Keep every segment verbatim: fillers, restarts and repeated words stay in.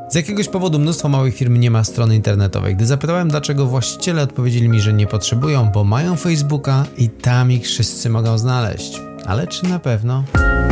Z jakiegoś powodu mnóstwo małych firm nie ma strony internetowej. Gdy zapytałem, dlaczego, właściciele odpowiedzieli mi, że nie potrzebują, bo mają Facebooka i tam ich wszyscy mogą znaleźć. Ale czy na pewno?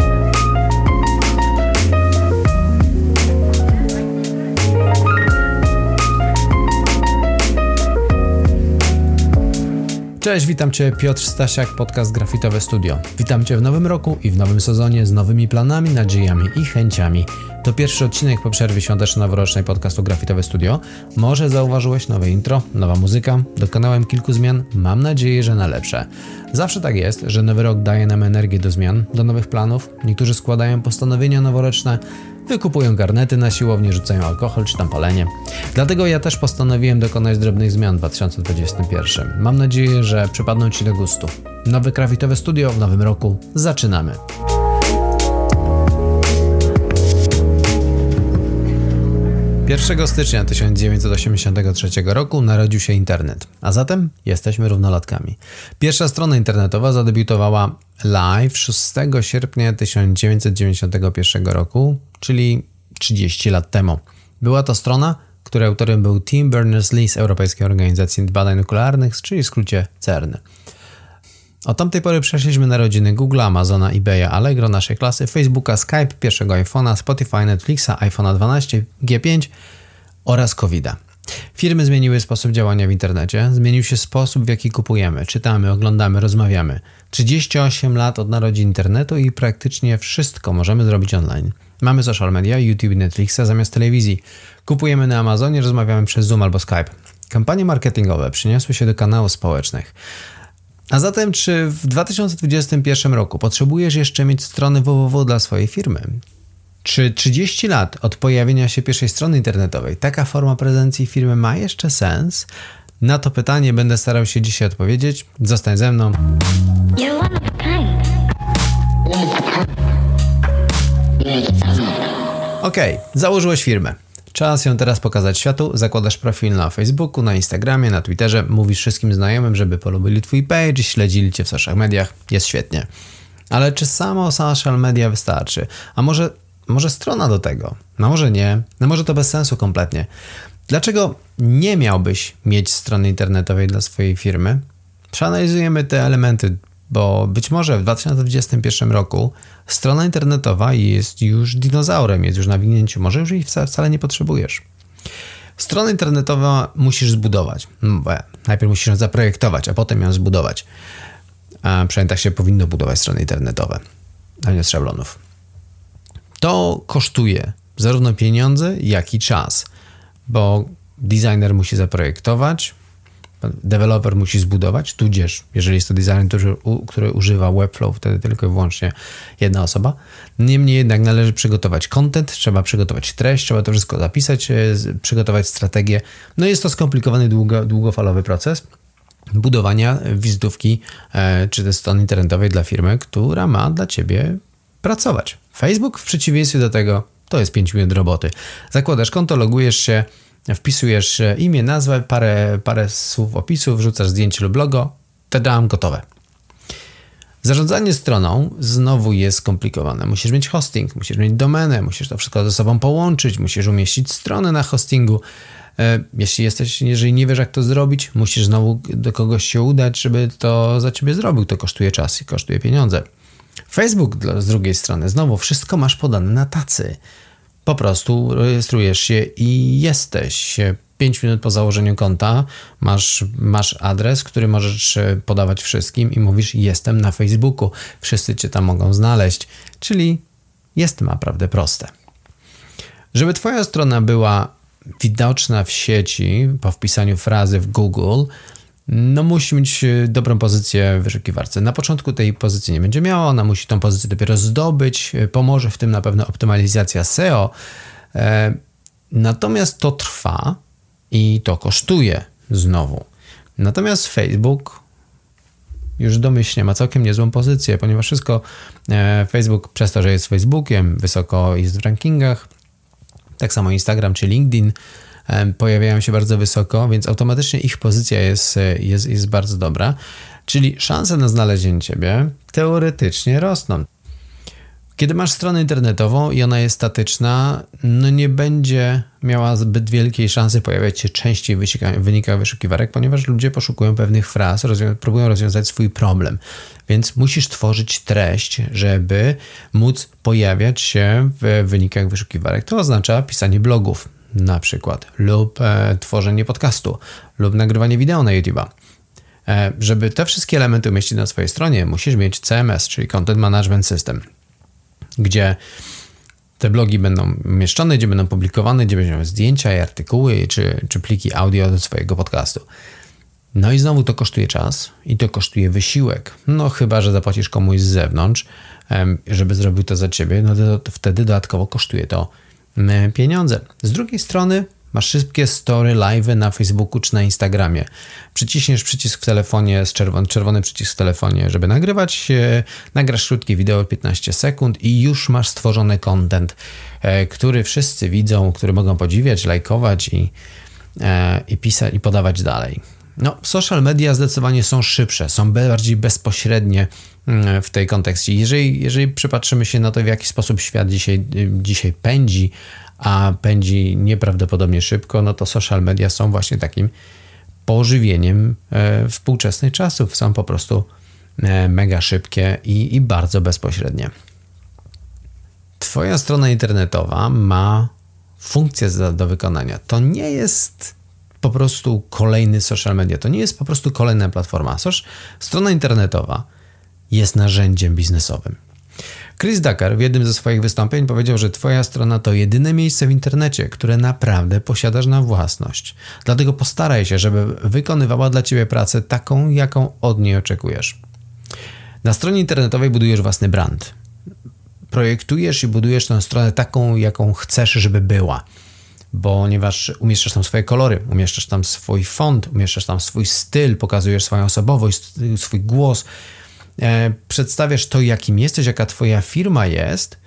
Cześć, witam Cię, Piotr Stasiak, podcast Grafitowe Studio. Witam Cię w nowym roku i w nowym sezonie z nowymi planami, nadziejami i chęciami. To pierwszy odcinek po przerwie świąteczno-noworocznej podcastu Grafitowe Studio. Może zauważyłeś nowe intro, nowa muzyka. Dokonałem kilku zmian, mam nadzieję, że na lepsze. Zawsze tak jest, że nowy rok daje nam energię do zmian, do nowych planów. Niektórzy składają postanowienia noworoczne, wykupują garnety na siłowni, rzucają alkohol czy tam palenie. Dlatego ja też postanowiłem dokonać drobnych zmian w dwa tysiące dwudziestym pierwszym. Mam nadzieję, że przypadną Ci do gustu. Nowe Grafitowe Studio w nowym roku. Zaczynamy! pierwszego stycznia tysiąc dziewięćset osiemdziesiątego trzeciego roku narodził się internet, a zatem jesteśmy równolatkami. Pierwsza strona internetowa zadebiutowała live szóstego sierpnia tysiąc dziewięćset dziewięćdziesiątego pierwszego roku, czyli trzydzieści lat temu. Była to strona, której autorem był Tim Berners-Lee z Europejskiej Organizacji Badań Nuklearnych, czyli w skrócie CERN. Od tamtej pory przeszliśmy narodziny Google, Amazona, eBaya, Allegro, naszej klasy, Facebooka, Skype, pierwszego iPhone'a, Spotify, Netflixa, iPhone'a dwanaście, G pięć oraz kowida. Firmy zmieniły sposób działania w internecie, zmienił się sposób, w jaki kupujemy, czytamy, oglądamy, rozmawiamy. trzydzieści osiem lat od narodzin internetu i praktycznie wszystko możemy zrobić online. Mamy social media, YouTube i Netflixa zamiast telewizji. Kupujemy na Amazonie, rozmawiamy przez Zoom albo Skype. Kampanie marketingowe przyniosły się do kanałów społecznych. A zatem, czy w dwa tysiące dwudziestym pierwszym roku potrzebujesz jeszcze mieć stronę www dla swojej firmy? Czy trzydzieści lat od pojawienia się pierwszej strony internetowej taka forma prezencji firmy ma jeszcze sens? Na to pytanie będę starał się dzisiaj odpowiedzieć. Zostań ze mną. Okej, okay, założyłeś firmę. Czas ją teraz pokazać światu, zakładasz profil na Facebooku, na Instagramie, na Twitterze, mówisz wszystkim znajomym, żeby polubili Twój page, śledzili Cię w social mediach, jest świetnie. Ale czy samo social media wystarczy? A może, może strona do tego? No może nie, no może to bez sensu kompletnie. Dlaczego nie miałbyś mieć strony internetowej dla swojej firmy? Przeanalizujemy te elementy, bo być może w dwa tysiące dwudziestym pierwszym roku strona internetowa jest już dinozaurem, jest już na winięciu, może już jej wcale nie potrzebujesz. Stronę internetową musisz zbudować. Najpierw musisz ją zaprojektować, a potem ją zbudować. A przynajmniej tak się powinno budować strony internetowe, a nie z szablonów. To kosztuje zarówno pieniądze, jak i czas, bo designer musi zaprojektować, deweloper musi zbudować, tudzież, jeżeli jest to designer, który, który używa Webflow, wtedy tylko i wyłącznie jedna osoba. Niemniej jednak należy przygotować content, trzeba przygotować treść, trzeba to wszystko zapisać, przygotować strategię. No jest to skomplikowany, długo, długofalowy proces budowania wizytówki e, czy też strony internetowej dla firmy, która ma dla Ciebie pracować. Facebook w przeciwieństwie do tego to jest pięć minut roboty. Zakładasz konto, logujesz się, wpisujesz imię, nazwę, parę, parę słów opisu, wrzucasz zdjęcie lub logo, tadam, gotowe. Zarządzanie stroną znowu jest skomplikowane. Musisz mieć hosting, musisz mieć domenę, musisz to wszystko ze sobą połączyć, musisz umieścić stronę na hostingu. Jeśli jesteś, jeżeli nie wiesz, jak to zrobić, musisz znowu do kogoś się udać, żeby to za ciebie zrobił. To kosztuje czas i kosztuje pieniądze. Facebook z drugiej strony, znowu wszystko masz podane na tacy. Po prostu rejestrujesz się i jesteś. pięć minut po założeniu konta masz, masz adres, który możesz podawać wszystkim i mówisz: jestem na Facebooku. Wszyscy Cię tam mogą znaleźć. Czyli jest naprawdę proste. Żeby Twoja strona była widoczna w sieci po wpisaniu frazy w Google, no musi mieć dobrą pozycję w wyszukiwarce. Na początku tej pozycji nie będzie miała, ona musi tą pozycję dopiero zdobyć. Pomoże w tym na pewno optymalizacja S E O. Natomiast to trwa i to kosztuje znowu. Natomiast Facebook już domyślnie ma całkiem niezłą pozycję, ponieważ wszystko Facebook przez to, że jest Facebookiem, wysoko jest w rankingach. Tak samo Instagram czy LinkedIn pojawiają się bardzo wysoko, więc automatycznie ich pozycja jest, jest, jest bardzo dobra. Czyli szanse na znalezienie Ciebie teoretycznie rosną. Kiedy masz stronę internetową i ona jest statyczna, no nie będzie miała zbyt wielkiej szansy pojawiać się częściej w wynikach wyszukiwarek, ponieważ ludzie poszukują pewnych fraz, rozwią- próbują rozwiązać swój problem. Więc musisz tworzyć treść, żeby móc pojawiać się w wynikach wyszukiwarek. To oznacza pisanie blogów na przykład lub e, tworzenie podcastu lub nagrywanie wideo na YouTube'a. E, żeby te wszystkie elementy umieścić na swojej stronie, musisz mieć C M S, czyli Content Management System, gdzie te blogi będą umieszczone, gdzie będą publikowane, gdzie będą zdjęcia i artykuły, czy, czy pliki audio do swojego podcastu. No i znowu to kosztuje czas i to kosztuje wysiłek. No chyba, że zapłacisz komuś z zewnątrz, żeby zrobił to za ciebie, no to, to wtedy dodatkowo kosztuje to pieniądze. Z drugiej strony masz szybkie story live'y na Facebooku czy na Instagramie. Przyciśniesz przycisk w telefonie, czerwony, czerwony przycisk w telefonie, żeby nagrywać, nagrasz krótkie wideo piętnaście sekund i już masz stworzony content, który wszyscy widzą, który mogą podziwiać, lajkować i, i pisać i podawać dalej. No, social media zdecydowanie są szybsze, są bardziej bezpośrednie w tej kontekście. Jeżeli, jeżeli przypatrzymy się na to, w jaki sposób świat dzisiaj, dzisiaj pędzi, a pędzi nieprawdopodobnie szybko, no to social media są właśnie takim pożywieniem e, współczesnych czasów. Są po prostu e, mega szybkie i, i bardzo bezpośrednie. Twoja strona internetowa ma funkcję do, do wykonania. To nie jest po prostu kolejny social media. To nie jest po prostu kolejna platforma. Strona internetowa jest narzędziem biznesowym. Chris Ducker w jednym ze swoich wystąpień powiedział, że twoja strona to jedyne miejsce w internecie, które naprawdę posiadasz na własność. Dlatego postaraj się, żeby wykonywała dla ciebie pracę taką, jaką od niej oczekujesz. Na stronie internetowej budujesz własny brand. Projektujesz i budujesz tę stronę taką, jaką chcesz, żeby była. Ponieważ umieszczasz tam swoje kolory, umieszczasz tam swój font, umieszczasz tam swój styl, pokazujesz swoją osobowość, swój głos, e, przedstawiasz to, jakim jesteś, jaka twoja firma jest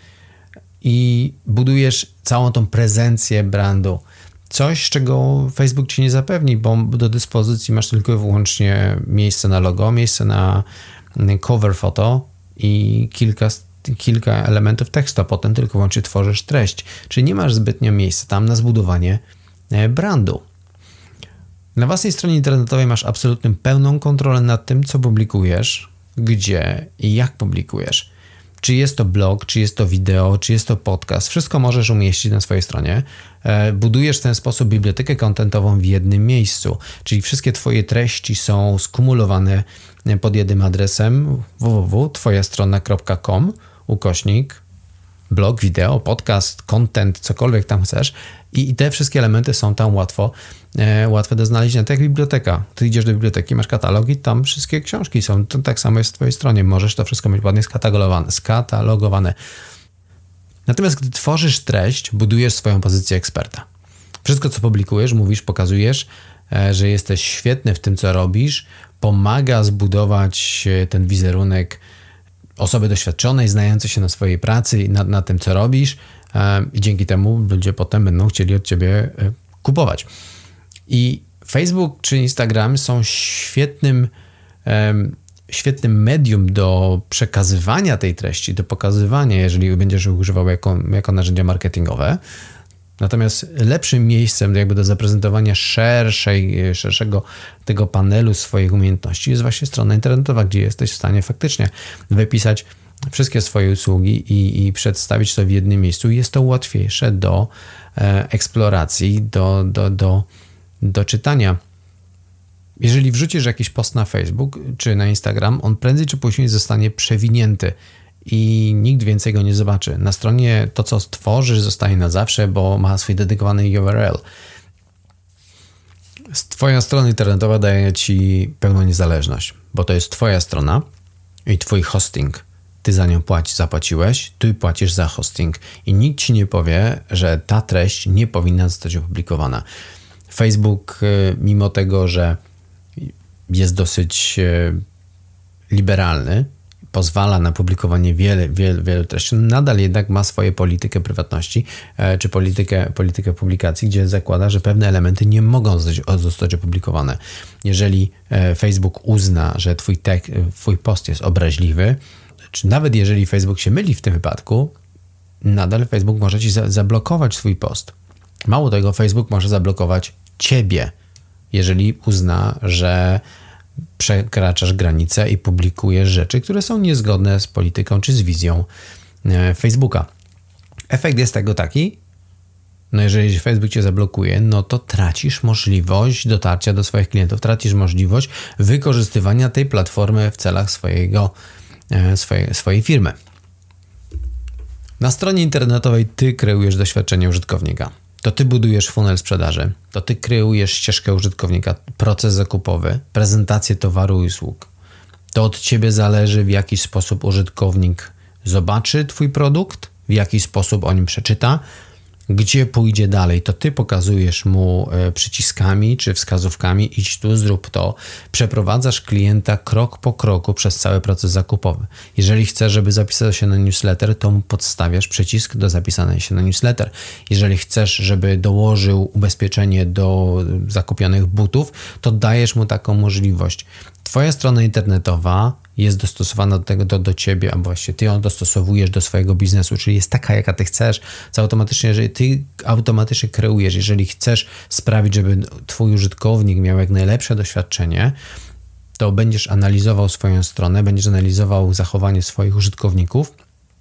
i budujesz całą tą prezencję brandu. Coś, czego Facebook ci nie zapewni, bo do dyspozycji masz tylko i wyłącznie miejsce na logo, miejsce na cover photo i kilka kilka elementów tekstu, a potem tylko wyłącznie tworzysz treść. Czyli nie masz zbytnio miejsca tam na zbudowanie brandu. Na własnej stronie internetowej masz absolutnie pełną kontrolę nad tym, co publikujesz, gdzie i jak publikujesz. Czy jest to blog, czy jest to wideo, czy jest to podcast. Wszystko możesz umieścić na swojej stronie. Budujesz w ten sposób bibliotekę kontentową w jednym miejscu. Czyli wszystkie twoje treści są skumulowane pod jednym adresem w w w kropka twoja strona kropka com ukośnik blog, wideo, podcast, content, cokolwiek tam chcesz i, i te wszystkie elementy są tam łatwo, e, łatwe do znalezienia. Tak jak biblioteka. Ty idziesz do biblioteki, masz katalog i tam wszystkie książki są. To tak samo jest w twojej stronie. Możesz to wszystko mieć ładnie skatalogowane. skatalogowane. Natomiast gdy tworzysz treść, budujesz swoją pozycję eksperta. Wszystko, co publikujesz, mówisz, pokazujesz, e, że jesteś świetny w tym, co robisz, pomaga zbudować ten wizerunek osoby doświadczonej, znającej się na swojej pracy i na, na tym, co robisz i dzięki temu ludzie potem będą chcieli od ciebie kupować. I Facebook czy Instagram są świetnym, świetnym medium do przekazywania tej treści, do pokazywania, jeżeli będziesz używał jako, jako narzędzia marketingowe. Natomiast lepszym miejscem jakby do zaprezentowania szerszej, szerszego tego panelu swoich umiejętności jest właśnie strona internetowa, gdzie jesteś w stanie faktycznie wypisać wszystkie swoje usługi i, i przedstawić to w jednym miejscu. Jest to łatwiejsze do e, eksploracji, do, do, do, do czytania. Jeżeli wrzucisz jakiś post na Facebook czy na Instagram, on prędzej czy później zostanie przewinięty i nikt więcej go nie zobaczy. Na stronie to, co stworzysz, zostaje na zawsze, bo ma swój dedykowany U R L. Twoja strona internetowa daje ci pełną niezależność, bo to jest twoja strona i twój hosting. Ty za nią płaci, zapłaciłeś, ty płacisz za hosting i nikt ci nie powie, że ta treść nie powinna zostać opublikowana. Facebook, mimo tego, że jest dosyć liberalny, pozwala na publikowanie wiele, wiele, wielu treści, nadal jednak ma swoją politykę prywatności czy politykę, politykę publikacji, gdzie zakłada, że pewne elementy nie mogą zostać, zostać opublikowane. Jeżeli Facebook uzna, że twój, tek, twój post jest obraźliwy, czy nawet jeżeli Facebook się myli w tym wypadku, nadal Facebook może ci za- zablokować swój post. Mało tego, Facebook może zablokować ciebie, jeżeli uzna, że przekraczasz granice i publikujesz rzeczy, które są niezgodne z polityką czy z wizją e, Facebooka. Efekt jest tego taki, no jeżeli Facebook cię zablokuje, no to tracisz możliwość dotarcia do swoich klientów, tracisz możliwość wykorzystywania tej platformy w celach swojego, e, swojej, swojej firmy. Na stronie internetowej ty kreujesz doświadczenie użytkownika. To ty budujesz funnel sprzedaży, to ty kreujesz ścieżkę użytkownika, proces zakupowy, prezentację towaru i usług. To od ciebie zależy, w jaki sposób użytkownik zobaczy twój produkt, w jaki sposób o nim przeczyta, gdzie pójdzie dalej. To ty pokazujesz mu przyciskami czy wskazówkami, idź tu, zrób to. Przeprowadzasz klienta krok po kroku przez cały proces zakupowy. Jeżeli chcesz, żeby zapisał się na newsletter, to mu podstawiasz przycisk do zapisania się na newsletter. Jeżeli chcesz, żeby dołożył ubezpieczenie do zakupionych butów, to dajesz mu taką możliwość. Twoja strona internetowa jest dostosowana do tego, do, do ciebie, albo właściwie ty ją dostosowujesz do swojego biznesu, czyli jest taka, jaka ty chcesz, co automatycznie, jeżeli ty automatycznie kreujesz, jeżeli chcesz sprawić, żeby twój użytkownik miał jak najlepsze doświadczenie, to będziesz analizował swoją stronę, będziesz analizował zachowanie swoich użytkowników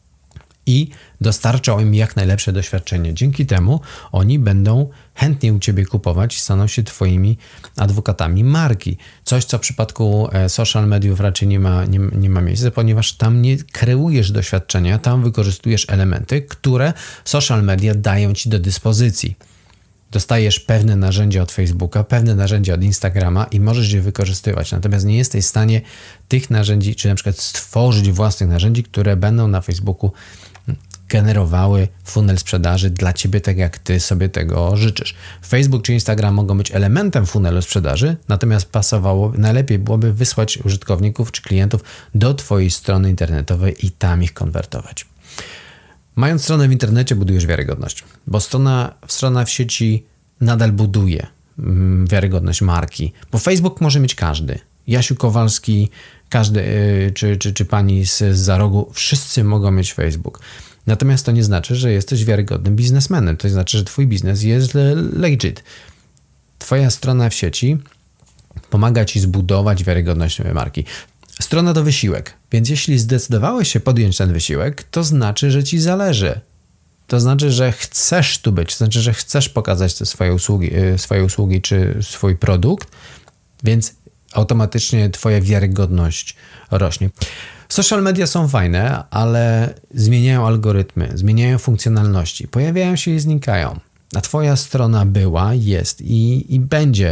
i dostarczał im jak najlepsze doświadczenie. Dzięki temu oni będą chętnie u ciebie kupować i staną się twoimi adwokatami marki. Coś, co w przypadku social mediów raczej nie ma, nie, nie ma miejsca, ponieważ tam nie kreujesz doświadczenia, tam wykorzystujesz elementy, które social media dają ci do dyspozycji. Dostajesz pewne narzędzia od Facebooka, pewne narzędzia od Instagrama i możesz je wykorzystywać. Natomiast nie jesteś w stanie tych narzędzi, czy na przykład stworzyć własnych narzędzi, które będą na Facebooku generowały funnel sprzedaży dla ciebie, tak jak ty sobie tego życzysz. Facebook czy Instagram mogą być elementem funnelu sprzedaży, natomiast pasowało, najlepiej byłoby wysłać użytkowników czy klientów do twojej strony internetowej i tam ich konwertować. Mając stronę w internecie, budujesz wiarygodność, bo strona, strona w sieci nadal buduje mm, wiarygodność marki, bo Facebook może mieć każdy. Jasiu Kowalski, każdy, yy, czy, czy, czy pani z, z za rogu, wszyscy mogą mieć Facebook. Natomiast to nie znaczy, że jesteś wiarygodnym biznesmenem. To znaczy, że twój biznes jest legit. Twoja strona w sieci pomaga ci zbudować wiarygodność marki. Strona to wysiłek, więc jeśli zdecydowałeś się podjąć ten wysiłek, to znaczy, że ci zależy. To znaczy, że chcesz tu być, to znaczy, że chcesz pokazać te swoje usługi, swoje usługi czy swój produkt, więc automatycznie twoja wiarygodność rośnie. Social media są fajne, ale zmieniają algorytmy, zmieniają funkcjonalności, pojawiają się i znikają. A twoja strona była, jest i, i będzie.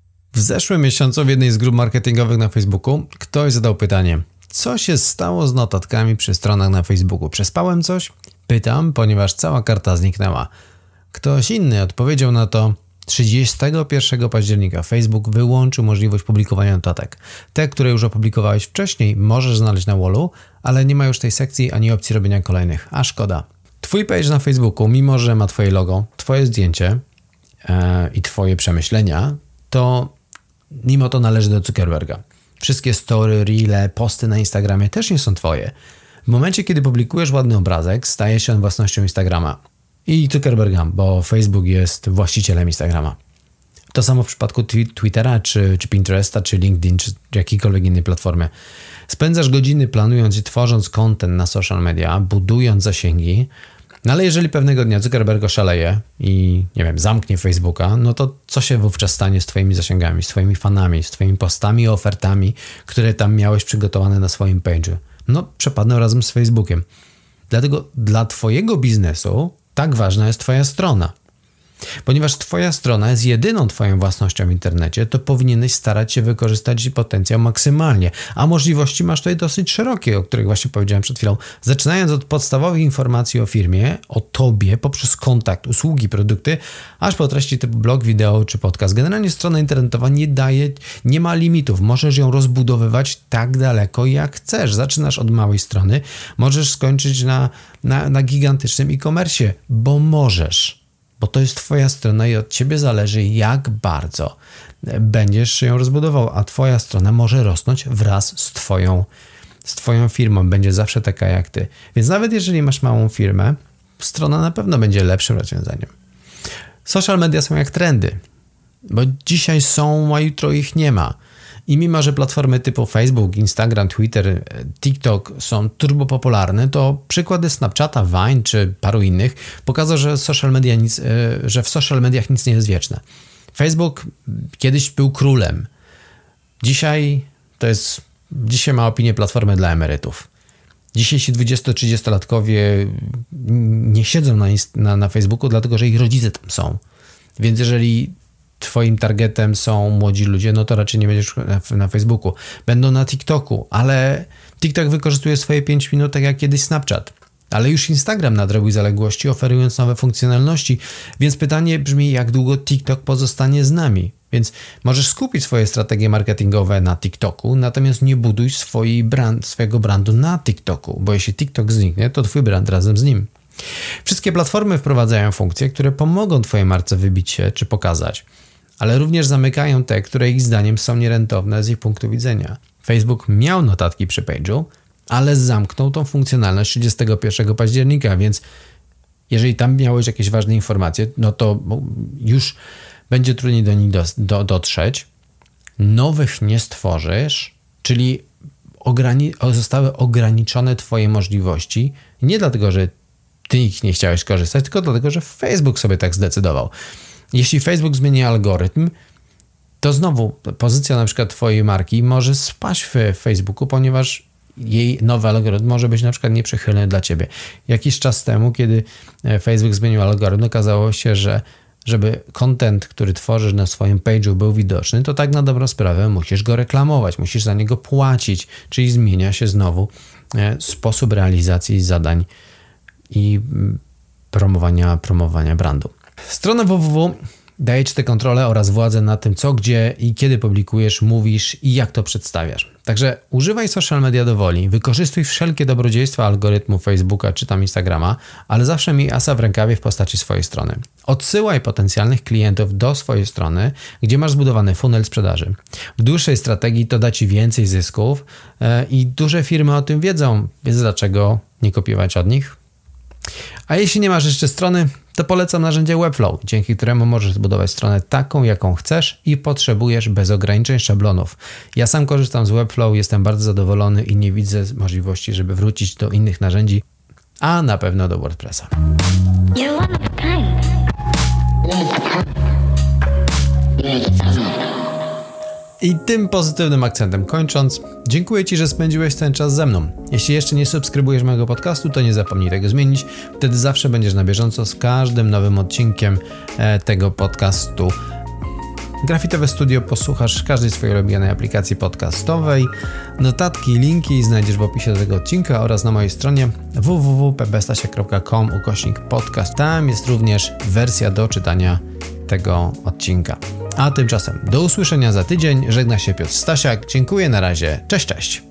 W zeszłym miesiącu w jednej z grup marketingowych na Facebooku ktoś zadał pytanie, co się stało z notatkami przy stronach na Facebooku? Przespałem coś? Pytam, ponieważ cała karta zniknęła. Ktoś inny odpowiedział na to, trzydziestego pierwszego października Facebook wyłączył możliwość publikowania notatek. Te, które już opublikowałeś wcześniej, możesz znaleźć na wallu, ale nie ma już tej sekcji ani opcji robienia kolejnych. A szkoda. Twój page na Facebooku, mimo że ma twoje logo, twoje zdjęcie yy, i twoje przemyślenia, to mimo to należy do Zuckerberga. Wszystkie story, reele, posty na Instagramie też nie są twoje. W momencie, kiedy publikujesz ładny obrazek, staje się on własnością Instagrama i Zuckerberga, bo Facebook jest właścicielem Instagrama. To samo w przypadku Twittera, czy, czy Pinteresta, czy LinkedIn, czy jakiejkolwiek innej platformy. Spędzasz godziny planując i tworząc content na social media, budując zasięgi, no ale jeżeli pewnego dnia Zuckerberg oszaleje i, nie wiem, zamknie Facebooka, no to co się wówczas stanie z twoimi zasięgami, z twoimi fanami, z twoimi postami i ofertami, które tam miałeś przygotowane na swoim page'u? No, przepadną razem z Facebookiem. Dlatego dla twojego biznesu tak ważna jest twoja strona. Ponieważ twoja strona jest jedyną twoją własnością w internecie, to powinieneś starać się wykorzystać jej potencjał maksymalnie. A możliwości masz tutaj dosyć szerokie, o których właśnie powiedziałem przed chwilą. Zaczynając od podstawowych informacji o firmie, o tobie, poprzez kontakt, usługi, produkty, aż po treści typu blog, wideo czy podcast. Generalnie strona internetowa nie daje, nie ma limitów. Możesz ją rozbudowywać tak daleko, jak chcesz. Zaczynasz od małej strony, możesz skończyć na, na, na gigantycznym e-commerce, bo możesz. Bo to jest twoja strona i od ciebie zależy, jak bardzo będziesz ją rozbudował, a twoja strona może rosnąć wraz z twoją z twoją firmą będzie zawsze taka jak ty. Więc nawet jeżeli masz małą firmę, strona na pewno będzie lepszym rozwiązaniem. Social media są jak trendy, bo dzisiaj są, a jutro ich nie ma. I mimo, że platformy typu Facebook, Instagram, Twitter, TikTok są turbo popularne, to przykłady Snapchata, Vine czy paru innych pokazują, że, social media nic, że w social mediach nic nie jest wieczne. Facebook kiedyś był królem. Dzisiaj to jest, dzisiaj ma opinię platformy dla emerytów. Dzisiejsi dwudziesto-trzydziestolatkowie nie siedzą na, na, na Facebooku, dlatego że ich rodzice tam są. Więc jeżeli twoim targetem są młodzi ludzie, no to raczej nie będziesz na, na Facebooku. Będą na TikToku, ale TikTok wykorzystuje swoje pięć minut, tak jak kiedyś Snapchat. Ale już Instagram nadrobił zaległości, oferując nowe funkcjonalności, więc pytanie brzmi, jak długo TikTok pozostanie z nami? Więc możesz skupić swoje strategie marketingowe na TikToku, natomiast nie buduj swój brand, swojego brandu na TikToku, bo jeśli TikTok zniknie, to twój brand razem z nim. Wszystkie platformy wprowadzają funkcje, które pomogą twojej marce wybić się czy pokazać, ale również zamykają te, które ich zdaniem są nierentowne z ich punktu widzenia. Facebook miał notatki przy page'u, ale zamknął tą funkcjonalność trzydziestego pierwszego października, więc jeżeli tam miałeś jakieś ważne informacje, no to już będzie trudniej do nich do, do, dotrzeć. Nowych nie stworzysz, czyli ograni- zostały ograniczone twoje możliwości. Nie dlatego, że ty ich nie chciałeś korzystać, tylko dlatego, że Facebook sobie tak zdecydował. Jeśli Facebook zmieni algorytm, to znowu pozycja na przykład twojej marki może spaść w Facebooku, ponieważ jej nowy algorytm może być na przykład nieprzychylny dla ciebie. Jakiś czas temu, kiedy Facebook zmienił algorytm, okazało się, że żeby content, który tworzysz na swoim page'u był widoczny, to tak na dobrą sprawę musisz go reklamować, musisz za niego płacić, czyli zmienia się znowu sposób realizacji zadań i promowania, promowania brandu. Strona www daje ci tę kontrolę oraz władzę nad tym, co, gdzie i kiedy publikujesz, mówisz i jak to przedstawiasz. Także używaj social media do woli, wykorzystuj wszelkie dobrodziejstwa algorytmu Facebooka czy tam Instagrama, ale zawsze miej asa w rękawie w postaci swojej strony. Odsyłaj potencjalnych klientów do swojej strony, gdzie masz zbudowany funnel sprzedaży. W dłuższej strategii to da ci więcej zysków i duże firmy o tym wiedzą, więc dlaczego nie kopiować od nich? A jeśli nie masz jeszcze strony, to polecam narzędzie Webflow, dzięki któremu możesz zbudować stronę taką, jaką chcesz i potrzebujesz bez ograniczeń szablonów. Ja sam korzystam z Webflow, jestem bardzo zadowolony i nie widzę możliwości, żeby wrócić do innych narzędzi, a na pewno do WordPressa. I tym pozytywnym akcentem kończąc, dziękuję Ci, że spędziłeś ten czas ze mną. Jeśli jeszcze nie subskrybujesz mojego podcastu, to nie zapomnij tego zmienić. Wtedy zawsze będziesz na bieżąco z każdym nowym odcinkiem tego podcastu. Grafitowe Studio posłuchasz w każdej swojej ulubionej aplikacji podcastowej. Notatki, linki znajdziesz w opisie do tego odcinka oraz na mojej stronie w w w kropka p b stasiak kropka com ukośnik podcast. Tam jest również wersja do czytania tego odcinka. A tymczasem do usłyszenia za tydzień. Żegna się Piotr Stasiak. Dziękuję, na razie. Cześć, cześć.